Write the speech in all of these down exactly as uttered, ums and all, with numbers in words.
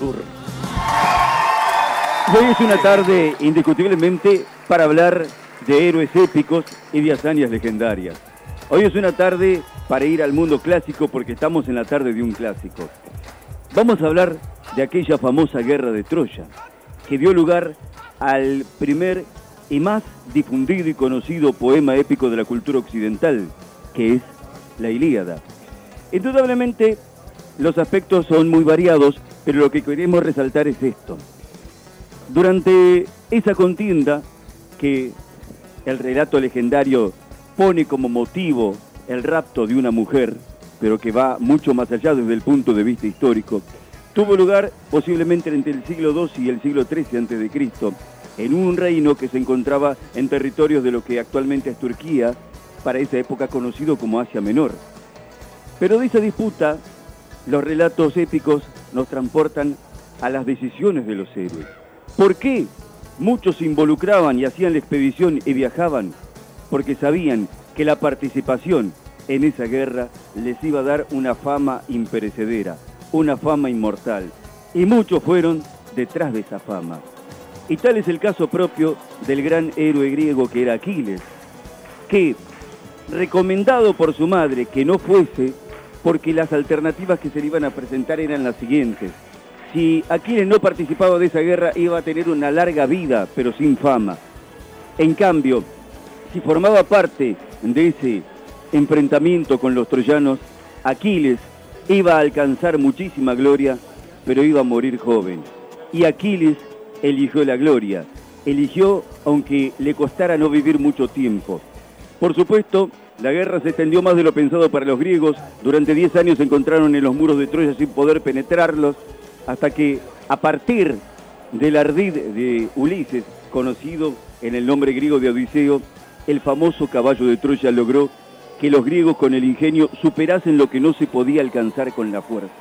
Sur. Hoy es una tarde indiscutiblemente para hablar de héroes épicos y de hazañas legendarias. Hoy es una tarde para ir al mundo clásico porque estamos en la tarde de un clásico. Vamos a hablar de aquella famosa guerra de Troya, que dio lugar al primer y más difundido y conocido poema épico de la cultura occidental, que es la Ilíada. Indudablemente, los aspectos son muy variados, pero lo que queremos resaltar es esto. Durante esa contienda que el relato legendario pone como motivo el rapto de una mujer, pero que va mucho más allá desde el punto de vista histórico, tuvo lugar posiblemente entre el siglo dos y el siglo trece antes de Cristo, en un reino que se encontraba en territorios de lo que actualmente es Turquía, para esa época conocido como Asia Menor. Pero de esa disputa, los relatos épicos nos transportan a las decisiones de los héroes. ¿Por qué muchos se involucraban y hacían la expedición y viajaban? Porque sabían que la participación en esa guerra les iba a dar una fama imperecedera, una fama inmortal. Y muchos fueron detrás de esa fama. Y tal es el caso propio del gran héroe griego que era Aquiles, que, recomendado por su madre que no fuese, porque las alternativas que se le iban a presentar eran las siguientes. Si Aquiles no participaba de esa guerra, iba a tener una larga vida, pero sin fama. En cambio, si formaba parte de ese enfrentamiento con los troyanos, Aquiles iba a alcanzar muchísima gloria, pero iba a morir joven. Y Aquiles eligió la gloria, eligió aunque le costara no vivir mucho tiempo. Por supuesto, la guerra se extendió más de lo pensado para los griegos. Durante diez años se encontraron en los muros de Troya sin poder penetrarlos, hasta que, a partir del ardid de Ulises, conocido en el nombre griego de Odiseo, el famoso caballo de Troya logró que los griegos con el ingenio superasen lo que no se podía alcanzar con la fuerza.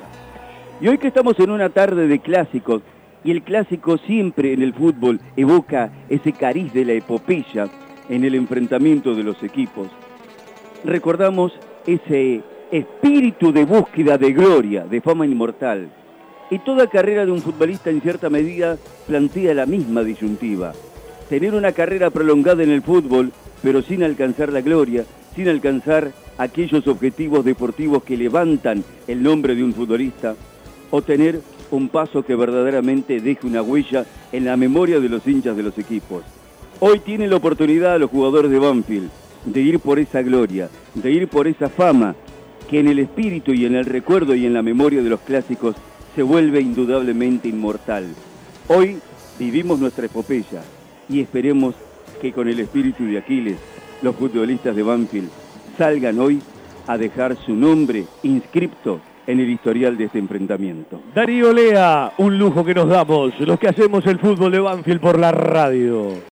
Y hoy que estamos en una tarde de clásicos, y el clásico siempre en el fútbol evoca ese cariz de la epopeya en el enfrentamiento de los equipos, recordamos ese espíritu de búsqueda de gloria, de fama inmortal. Y toda carrera de un futbolista en cierta medida plantea la misma disyuntiva. Tener una carrera prolongada en el fútbol, pero sin alcanzar la gloria, sin alcanzar aquellos objetivos deportivos que levantan el nombre de un futbolista, o tener un paso que verdaderamente deje una huella en la memoria de los hinchas de los equipos. Hoy tienen la oportunidad los jugadores de Banfield de ir por esa gloria, de ir por esa fama, que en el espíritu y en el recuerdo y en la memoria de los clásicos se vuelve indudablemente inmortal. Hoy vivimos nuestra epopeya y esperemos que con el espíritu de Aquiles, los futbolistas de Banfield salgan hoy a dejar su nombre inscripto en el historial de este enfrentamiento. Darío Lea, un lujo que nos damos, los que hacemos el fútbol de Banfield por la radio.